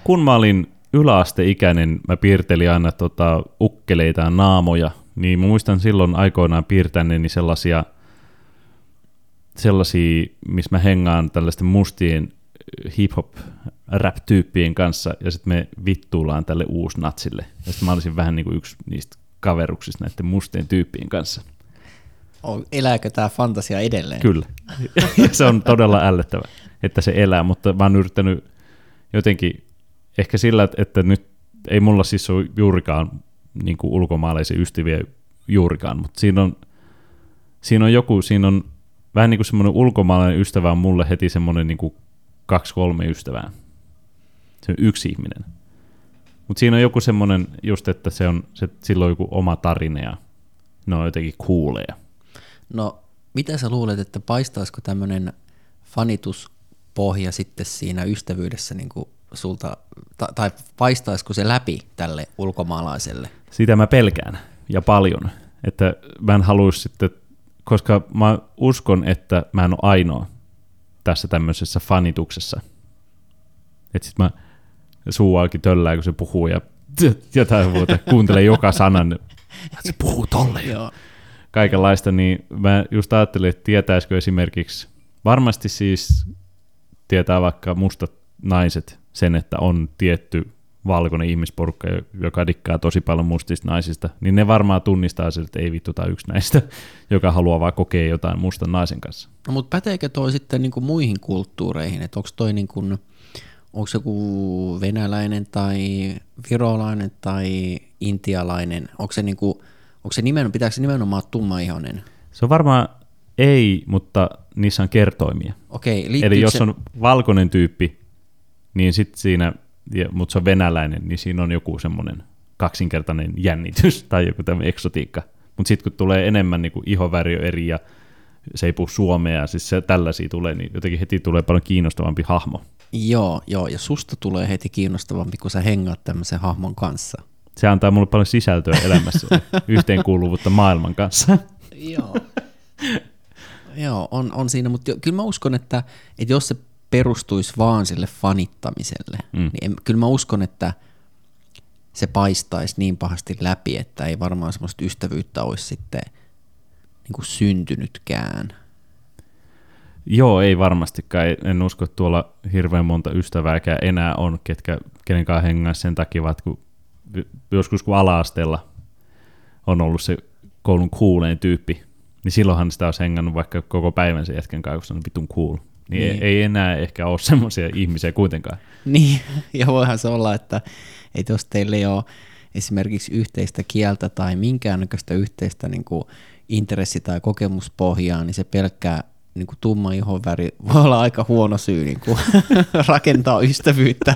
kun mä olin yläasteikäinen, mä piirtelin aina ukkeleita ja naamoja, niin mä muistan silloin aikoinaan piirtäneeni sellaisia, missä mä hengaan tällaisten mustien hip-hop-rap-tyyppien kanssa, ja sitten me vittuillaan tälle uusnatsille. Ja sitten mä olisin vähän niin kuin yksi niistä kaveruksista näiden mustien tyyppien kanssa. Elääkö tämä fantasia edelleen? Kyllä. Se on todella ällöttävä, että se elää, mutta mä oon yrittänyt jotenkin, ehkä sillä, että nyt ei mulla siis ole juurikaan niin kuin ulkomaalaisia ystäviä juurikaan, mutta siinä on vähän niin kuin semmoinen ulkomaalainen ystävä on mulle heti semmoinen niin kuin 2-3 ystävää. Se on yksi ihminen. Mutta siinä on joku semmoinen just, että sillä on joku oma tarina ja ne on jotenkin cooleja. No, mitä sä luulet, että paistaisiko tämmöinen fanituspohja sitten siinä ystävyydessä niin kuin sulta, tai paistaisiko se läpi tälle ulkomaalaiselle? Sitä mä pelkään ja paljon, että mä en haluaisi sitten, koska mä uskon, että mä en ole ainoa tässä tämmöisessä fanituksessa. Että sit mä suu auki töllää, kun se puhuu ja jotain muuta, kuuntelee joka sanan, että se puhuu tolleen. Kaikenlaista, niin mä just ajattelin, että tietäisikö esimerkiksi, varmasti siis tietää vaikka mustat naiset sen, että on tietty valkoinen ihmisporukka, joka dikkaa tosi paljon mustista naisista, niin ne varmaan tunnistaa sen, että ei vittu tai yksi näistä, joka haluaa vaan kokea jotain mustan naisen kanssa. No, mutta päteekö toi sitten niin kuin muihin kulttuureihin, että onko toi niin kuin, onko joku venäläinen tai virolainen tai intialainen, onko se niin kuin, pitääkö se nimenomaan tummaihoinen? Se on varmaan ei, mutta niissä on kertoimia. Okei, eli jos on valkoinen tyyppi, niin sitten siinä, mutta se on venäläinen, niin siinä on joku semmoinen kaksinkertainen jännitys tai joku tämmöinen eksotiikka. Mutta sitten kun tulee enemmän niin ihoväri eri ja se ei puhu suomea, siis se, tällaisia tulee, niin jotenkin heti tulee paljon kiinnostavampi hahmo. Joo, ja susta tulee heti kiinnostavampi, kun sä hengaat tämmöisen hahmon kanssa. Se antaa mulle paljon sisältöä elämässä, yhteenkuuluvuutta maailman kanssa. Joo, on siinä, mutta kyllä mä uskon, että jos se perustuisi vaan sille fanittamiselle, niin kyllä mä uskon, että se paistaisi niin pahasti läpi, että ei varmaan semmoista ystävyyttä olisi sitten niin kuin syntynytkään. Joo, ei varmastikaan. En usko, että tuolla hirveän monta ystävääkään enää on, kenenkaan hengaisi sen takia, että joskus kun ala-asteella on ollut se koulun coolein tyyppi, niin silloinhan sitä olisi hengannut vaikka koko päivän sen jätkän kanssa, kun se on vitun cool. Niin. Ei enää ehkä ole semmoisia ihmisiä kuitenkaan. Niin, ja voihan se olla, että jos teillä ei ole esimerkiksi yhteistä kieltä tai minkäännäköistä yhteistä niin kuin intressi- tai kokemuspohjaa, niin se pelkkää niin kuin tumma ihonväri voi olla aika huono syy niin kuin rakentaa ystävyyttä.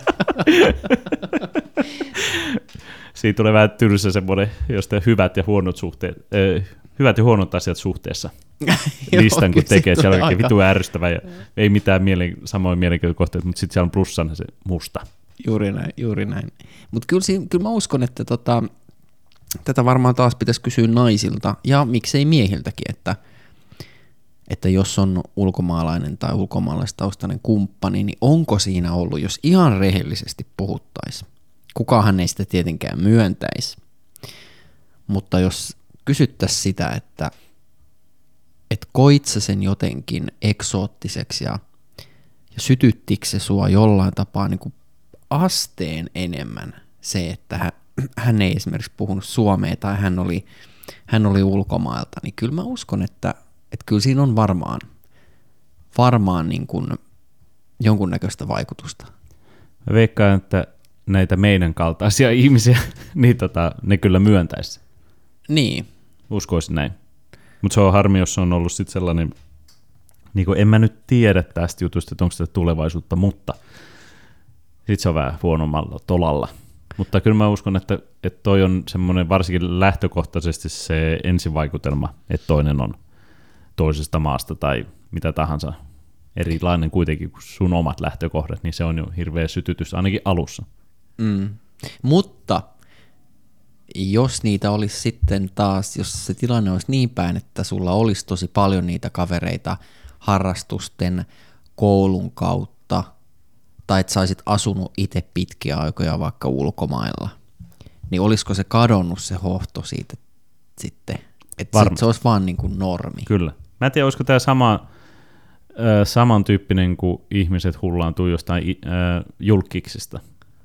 Siitä tulee vähän tylsä semmoinen, jos te hyvät ja huonot asiat suhteessa listan, kun tekee, siellä on kaikki vitu ärsyttävä ja ei mitään samoin mielenkiintokohteita, mutta sitten siellä on plussana se musta. Juuri näin. Mutta kyllä mä uskon, että tätä varmaan taas pitäisi kysyä naisilta ja miksei miehiltäkin, että jos on ulkomaalainen tai ulkomaalaistaustainen kumppani, niin onko siinä ollut, jos ihan rehellisesti puhuttaisiin, kukahan ei sitä tietenkään myöntäisi, mutta jos kysyttäisiin sitä, että koit sä sen jotenkin eksoottiseksi ja sytyttikö se sua jollain tapaa niin kuin asteen enemmän se, että hän ei esimerkiksi puhunut suomea tai hän oli ulkomailta, niin kyllä mä uskon, että kyllä siinä on varmaan niin kuin jonkunnäköistä vaikutusta. Mä veikkaan, että näitä meidän kaltaisia ihmisiä, niin ne kyllä myöntäisi. Niin. Uskoisin näin. Mutta se on harmi, jos se on ollut sitten sellainen, niin kuin en mä nyt tiedä tästä jutusta, että onko sitä tulevaisuutta, mutta sitten se on vähän huonommalla tolalla. Mutta kyllä mä uskon, että toi on semmoinen varsinkin lähtökohtaisesti se ensivaikutelma, että toinen on toisesta maasta tai mitä tahansa erilainen kuitenkin kuin sun omat lähtökohdat, niin se on jo hirveä sytytys ainakin alussa. Mutta jos niitä olisi sitten taas, jos se tilanne olisi niin päin, että sulla olisi tosi paljon niitä kavereita harrastusten, koulun kautta tai että sä olisit asunut itse pitkiä aikoja vaikka ulkomailla, niin olisiko se kadonnut se hohto siitä sitten? Että se olisi vaan niin kuin normi. Kyllä. Mä en tiedä, olisiko tämä samantyyppinen kuin ihmiset hullaantuu jostain julkiksesta.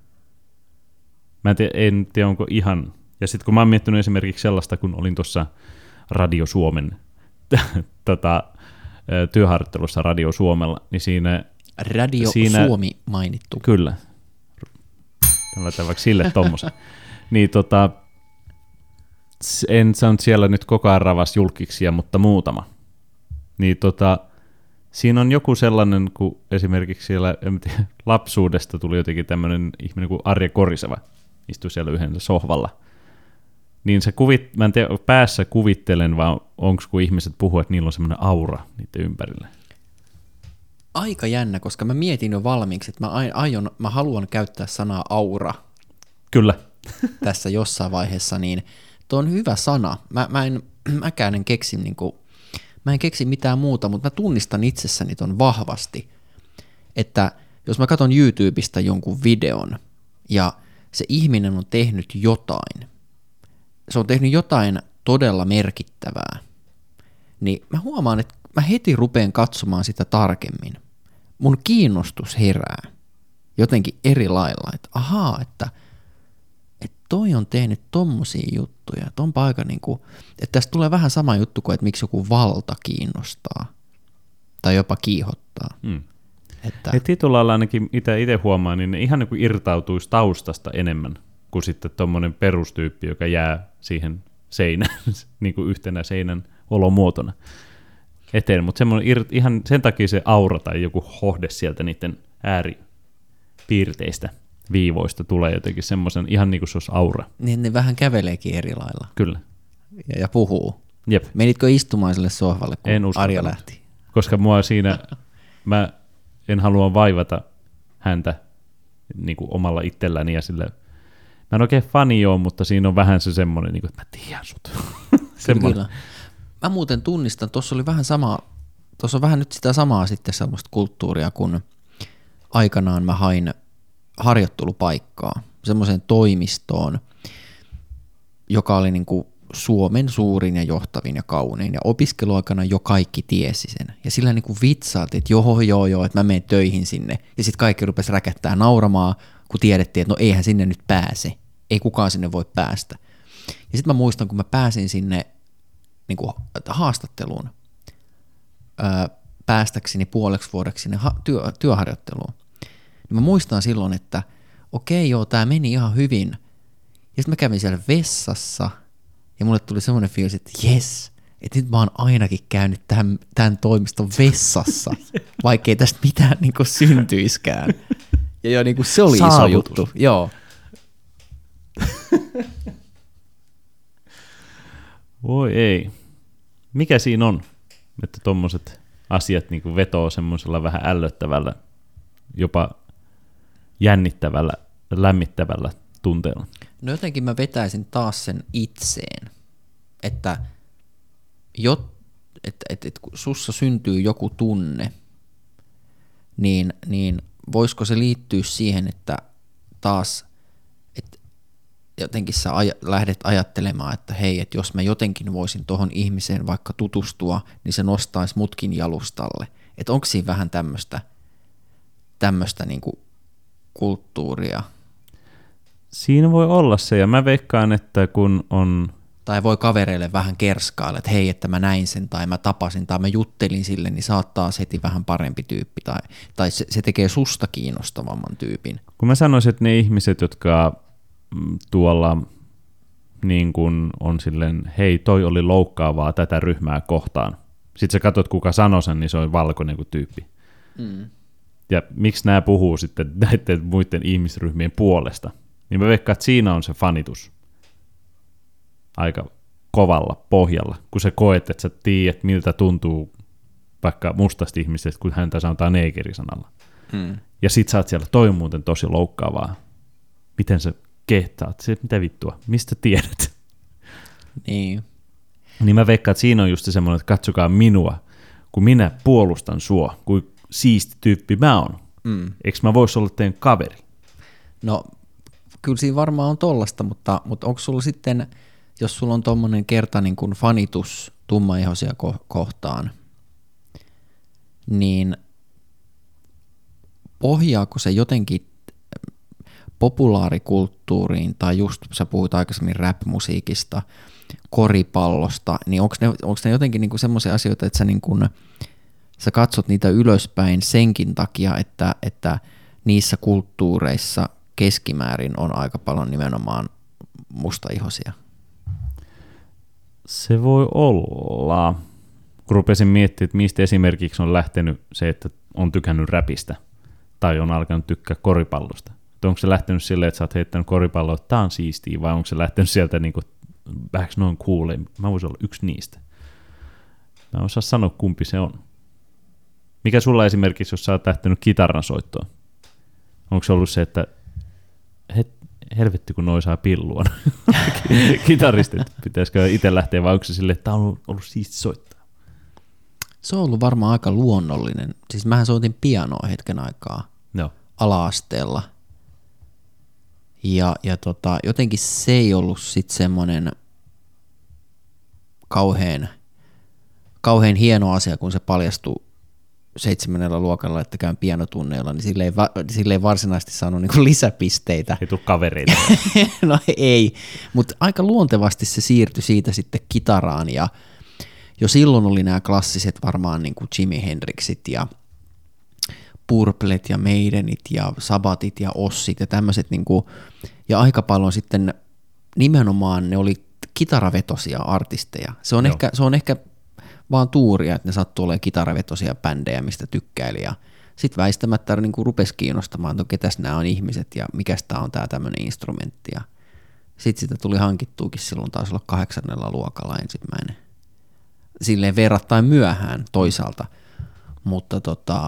Mä en tiedä, onko ihan... Ja sitten kun mä oon miettinyt esimerkiksi sellaista, kun olin tuossa Radio Suomen työharjoittelussa Radio Suomella, niin siinä Suomi mainittu. Kyllä. Laitan vaikka sille tommosen. Niin en saanut siellä nyt koko ajan ravas julkiksia, mutta muutama. Niin siinä on joku sellainen, kun esimerkiksi siellä lapsuudesta tuli jotenkin tämmöinen ihminen kuin Arja Koriseva, istui siellä yhdessä sohvalla. Niin mä en tiedä, päässä kuvittelen, vaan onko kun ihmiset puhuu, että niillä on semmoinen aura niiden ympärille. Aika jännä, koska mä mietin jo valmiiksi, että mä haluan käyttää sanaa aura. Kyllä. Tässä jossain vaiheessa, niin tuo on hyvä sana. Mäkään en keksi mä en keksi mitään muuta, mutta mä tunnistan itsessäni ton vahvasti, että jos mä katson YouTubesta jonkun videon ja se ihminen on tehnyt jotain, se on tehnyt jotain todella merkittävää, niin mä huomaan, että mä heti rupean katsomaan sitä tarkemmin. Mun kiinnostus herää jotenkin eri lailla, että ahaa, että toi on tehnyt tommosia juttuja, että onpa aika niinku, että tästä tulee vähän sama juttu kuin, että miksi joku valta kiinnostaa tai jopa kiihottaa. Että tietyllä lailla ainakin itse huomaan, niin ne ihan niin kuin irtautuisi taustasta enemmän kuin sitten tommonen perustyyppi, joka jää siihen seinään, niin kuin yhtenä seinän olomuotona eteen, mutta ihan sen takia se aura tai joku hohde sieltä niiden ääripiirteistä viivoista tulee jotenkin semmoisen, ihan niin kuin se olisi aura. Niin ne vähän käveleekin eri lailla. Kyllä. Ja puhuu. Jep. Menitkö istumaan sille sohvalle, kun Arja lähti? Koska mua siinä, mä en halua vaivata häntä niin kuin omalla itselläni ja sille. Mä en oikein fani ole, mutta siinä on vähän se semmoinen, niin kuin, että mä tiedän sut. Kyllä. Mä muuten tunnistan, tuossa on vähän nyt sitä samaa sitten semmoista kulttuuria, kun aikanaan mä hain harjoittelupaikkaa semmoiseen toimistoon, joka oli niin kuin Suomen suurin ja johtavin ja kaunein, ja opiskeluaikana jo kaikki tiesi sen. Ja sillä niin kuin vitsailtiin, että joo, että mä menen töihin sinne. Ja sitten kaikki rupesi räkättää nauramaan, kun tiedettiin, että no eihän sinne nyt pääse. Ei kukaan sinne voi päästä. Ja sitten mä muistan, kun mä pääsin sinne niin kuin haastatteluun päästäkseni puoleksi vuodeksi sinne työharjoitteluun. Niin mä muistan silloin, että okei, tää meni ihan hyvin. Ja sitten mä kävin siellä vessassa, ja mulle tuli semmoinen fiilis, että jes, että nyt mä oon ainakin käynyt tämän toimiston vessassa, vaikkei tästä mitään niin kuin syntyiskään. Ja niin kuin se oli iso juttu. Joo. Voi ei. Mikä siinä on, että tommoset asiat niin kuin vetoo semmoisella vähän ällöttävällä, jopa jännittävällä, lämmittävällä tunteella? No jotenkin mä vetäisin taas sen itseen, että kun sussa syntyy joku tunne, niin voisiko se liittyä siihen, että taas että jotenkin sä lähdet ajattelemaan, että hei, että jos mä jotenkin voisin tohon ihmiseen vaikka tutustua, niin se nostaisi mutkin jalustalle. Että onko siinä vähän tämmöistä niinku kulttuuria? Siinä voi olla se, ja mä veikkaan, että kun on... Tai voi kavereille vähän kerskailla, että hei, että mä näin sen, tai mä tapasin, tai mä juttelin sille, niin sä oot taas heti vähän parempi tyyppi, tai se tekee susta kiinnostavamman tyypin. Kun mä sanoisin, että ne ihmiset, jotka tuolla niin kun on silleen, hei, toi oli loukkaavaa tätä ryhmää kohtaan. Sitten sä katsot, kuka sanoi sen, niin se on valkoinen kuin tyyppi. Ja miksi nämä puhuu sitten näiden muiden ihmisryhmien puolesta? Niin mä veikkaan, että siinä on se fanitus aika kovalla pohjalla, kun sä koet, että sä tiedät, miltä tuntuu vaikka mustasta ihmisestä, kun häntä sanotaan neegerisanalla. Ja sit sä oot siellä, toi on muuten tosi loukkaavaa. Miten sä kehtaat? Mitä vittua? Mistä tiedät? Niin. Niin mä veikkaan, että siinä on just semmoinen, että katsokaa minua, kun minä puolustan sua, kuin siisti tyyppi mä oon. Eikö mä vois olla teidän kaveri? No, kyllä siinä varmaan on tollasta, mutta onko sulla sitten, jos sulla on tommonen kerta niin kuin fanitus tummaihoisia kohtaan, niin pohjaako se jotenkin populaarikulttuuriin, tai just sä puhuit aikaisemmin rap-musiikista, koripallosta, niin onko ne jotenkin niinku semmoisia asioita, että sä katsot niitä ylöspäin senkin takia, että niissä kulttuureissa keskimäärin on aika paljon nimenomaan mustaihoisia? Se voi olla. Kun rupesin miettimään, että mistä esimerkiksi on lähtenyt se, että on tykännyt räpistä tai on alkanut tykkää koripallosta. Että onko se lähtenyt silleen, että sä oot heittänyt koripalloa, että tää on siistiä, vai onko se lähtenyt sieltä niinku vähän noin kuulee, mä voisin olla yksi niistä. Mä en osaa sanoa, kumpi se on. Mikä sulla esimerkiksi, jos sä oot lähtenyt kitaran soittoon? Onko se ollut se, että helvetti kun noi saa pillua kitaristit, pitäisikö itse lähteä, vai onko se silleen, että tää on ollut siisti soittaa? Se on ollut varmaan aika luonnollinen. Siis mähän soitin pianoa hetken aikaa ala-asteella. Ja jotenkin se ei ollut sitten semmoinen kauhean hieno asia, kun se paljastui 7. luokalla, että käyn pianotunneilla, niin sille ei varsinaisesti saanut niinku lisäpisteitä. Ei tule kavereita. No ei, mutta aika luontevasti se siirtyi siitä sitten kitaraan, ja jo silloin oli nämä klassiset varmaan niin kuin Jimi Hendrixit ja Purplet ja Maidenit ja Sabbathit ja Ossit ja tämmöiset, niin kuin, ja aika paljon sitten nimenomaan ne oli kitaravetosia artisteja. Se on ehkä vaan tuuria, että ne sattuu olemaan kitaravetosia bändejä, mistä tykkäili, ja sitten väistämättä niin kuin rupesi kiinnostamaan, että ketäs nämä on ihmiset ja mikäs tämä on tämä tämmöinen instrumentti, ja sitten sitä tuli hankittuukin silloin taisi olla 8. luokalla ensimmäinen. Silleen verrattain myöhään toisaalta, mutta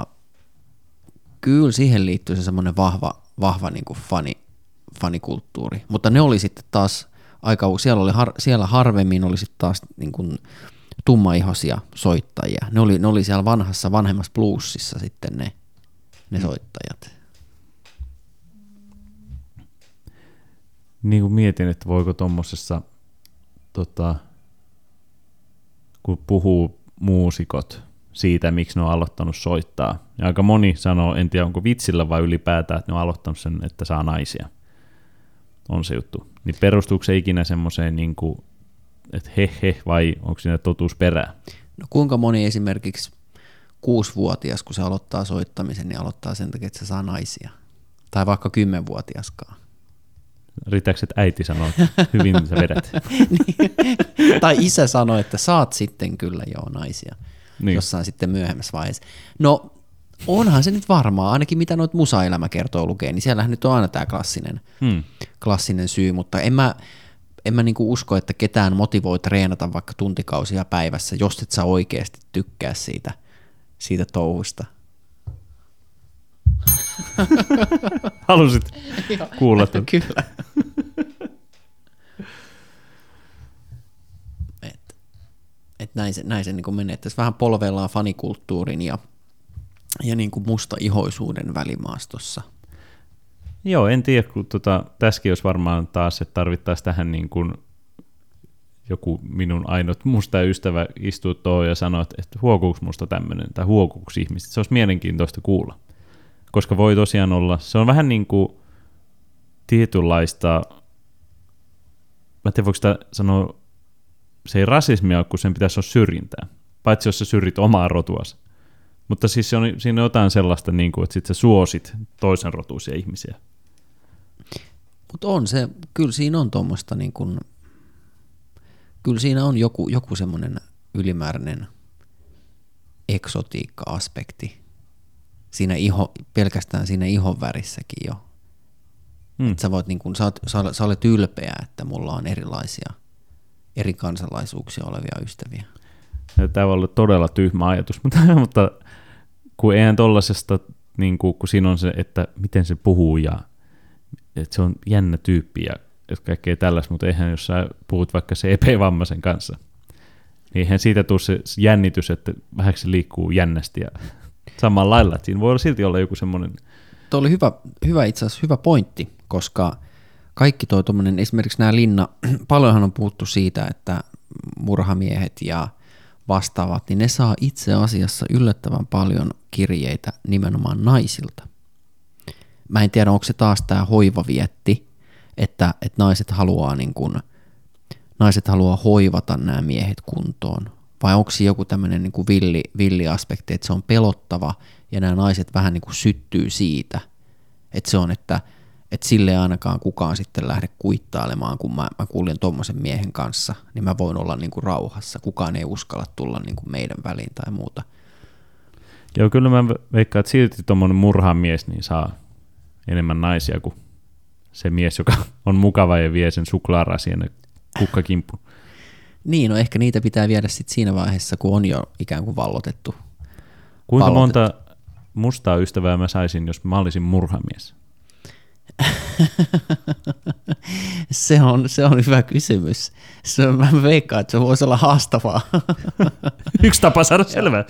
kyllä siihen liittyy se semmoinen vahva niin kuin fanikulttuuri, mutta ne oli sitten taas aika, siellä harvemmin oli sitten taas niin kuin tummaihoisia soittajia, ne oli siellä vanhemmassa bluesissa sitten ne soittajat. Niin kuin mietin, että voiko tommosessa kun puhuu muusikot siitä, miksi ne on aloittanut soittaa. Ja aika moni sanoo, en tiedä onko vitsillä vai ylipäätään, että ne on aloittanut sen, että saa naisia. On se juttu. Niin perustuuko se ikinä semmoiseen, niin kuin, että vai onko siinä totuus perää? No kuinka moni esimerkiksi 6-vuotias, kun se aloittaa soittamisen, niin aloittaa sen takia, että se saa naisia? Tai vaikka 10-vuotiaskaan. Riittääkö, että äiti sanoo, että hyvin sä vedät? Tai isä sanoo, että saat sitten kyllä naisia jossain sitten myöhemmässä vaiheessa. No onhan se nyt varmaa, ainakin mitä noita musaelämäkertoja lukee, niin siellähän nyt on aina tämä klassinen syy, mutta en mä niinku usko, että ketään motivoi treenata vaikka tuntikausia päivässä, jos et sä oikeasti tykkää siitä touhusta. Halusit kuulla tämän? Kyllä. Et näin se niin menee, että tässä vähän polveillaan fanikulttuurin ja niin kuin mustaihoisuuden välimaastossa. Joo, en tiedä, kun tässäkin olisi varmaan taas, että tarvittaisiin tähän niin kuin joku minun ainut musta ystävä istuu tuohon ja sanoo, että huokuuko musta tämmöinen, tai huokuuko ihmiset. Se olisi mielenkiintoista kuulla, koska voi tosiaan olla, se on vähän niin kuin tietynlaista, mä en tiedä, voiko sitä sanoa, se ei rasismia, kun sen pitäisi olla syrjintää, paitsi jos sä syrjit omaa rotuasi. Mutta siis siinä on jotain sellaista, niin kuin, että sit sä suosit toisen rotuisia ihmisiä. Mutta on se, kyllä siinä on tuommoista, niin kuin, kyllä siinä on joku semmoinen ylimääräinen eksotiikka-aspekti. Siinä pelkästään siinä ihon värissäkin jo. Että sä voit niin kuin, sä olet ylpeä, että mulla on erilaisia eri kansalaisuuksia olevia ystäviä. Tämä voi olla todella tyhmä ajatus, mutta kun eihän tollasesta, niin kun siinä on se, että miten se puhuu ja että se on jännä tyyppi ja kaikkea tällaista, mutta eihän jos sä puhut vaikka se epävammaisen kanssa, niin eihän siitä tule se jännitys, että vähän se liikkuu jännästi ja samalla lailla, että siinä voi silti olla joku semmoinen. Tuo oli hyvä itse asiassa hyvä pointti, koska kaikki toi tommonen, esimerkiksi nämä paljonhan on puhuttu siitä, että murhamiehet ja vastaavat, niin ne saa itse asiassa yllättävän paljon kirjeitä nimenomaan naisilta. Mä en tiedä, onko se taas tämä hoivavietti, että naiset haluaa hoivata nämä miehet kuntoon, vai onko se joku tämmöinen niin kuin villi aspekti, että se on pelottava ja nämä naiset vähän niin kuin syttyy siitä, että se on, että sille ei ainakaan kukaan sitten lähde kuittailemaan, kun mä kuljen tommosen miehen kanssa, niin mä voin olla niin kuin rauhassa, kukaan ei uskalla tulla niin kuin meidän väliin tai muuta. Joo, kyllä mä veikkaan, että silti tommonen murhamies niin saa enemmän naisia kuin se mies, joka on mukava ja vie sen suklaarasien kukkakimppuun. Niin, no ehkä niitä pitää viedä sitten siinä vaiheessa, kun on jo ikään kuin vallotettu. Kuinka monta mustaa ystävää mä saisin, jos mä olisin murhamies? Se on hyvä kysymys. Mä veikkaan, että se voisi olla haastavaa. Yksi tapa saada selvää.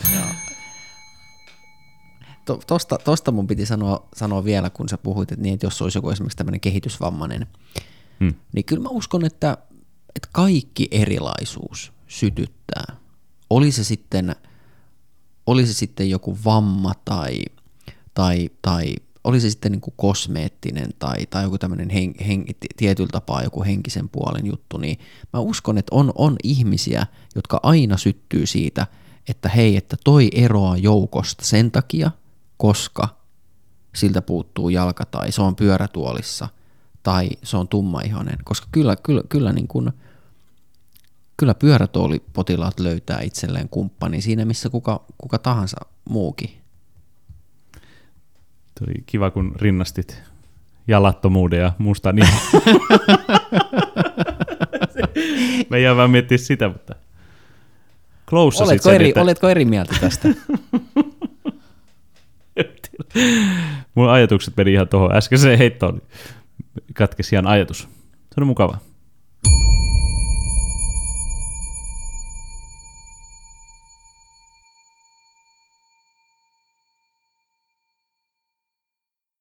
Tosta mun piti sanoa vielä, kun sä puhuit, että jos olisi joku esimerkiksi tämmöinen kehitysvammainen, niin kyllä mä uskon, että kaikki erilaisuus sytyttää. Oli se sitten joku vamma tai oli se sitten niin kuin kosmeettinen tai joku tämmöinen tietyllä tapaa joku henkisen puolen juttu, niin mä uskon, että on ihmisiä, jotka aina syttyy siitä, että hei, että toi eroaa joukosta sen takia, koska siltä puuttuu jalka tai se on pyörätuolissa tai se on tummaihoinen, koska kyllä pyörätuolipotilaat löytää itselleen kumppani siinä, missä kuka tahansa muukin. Oli kiva, kun rinnastit jalattomuuden ja mustan ihon. Mä jään vaan miettiä sitä, mutta oletko eri mieltä tästä? Mun ajatukset meni ihan tuohon äskeiseen heittoon. Katkesi ihan ajatus. Se on mukava.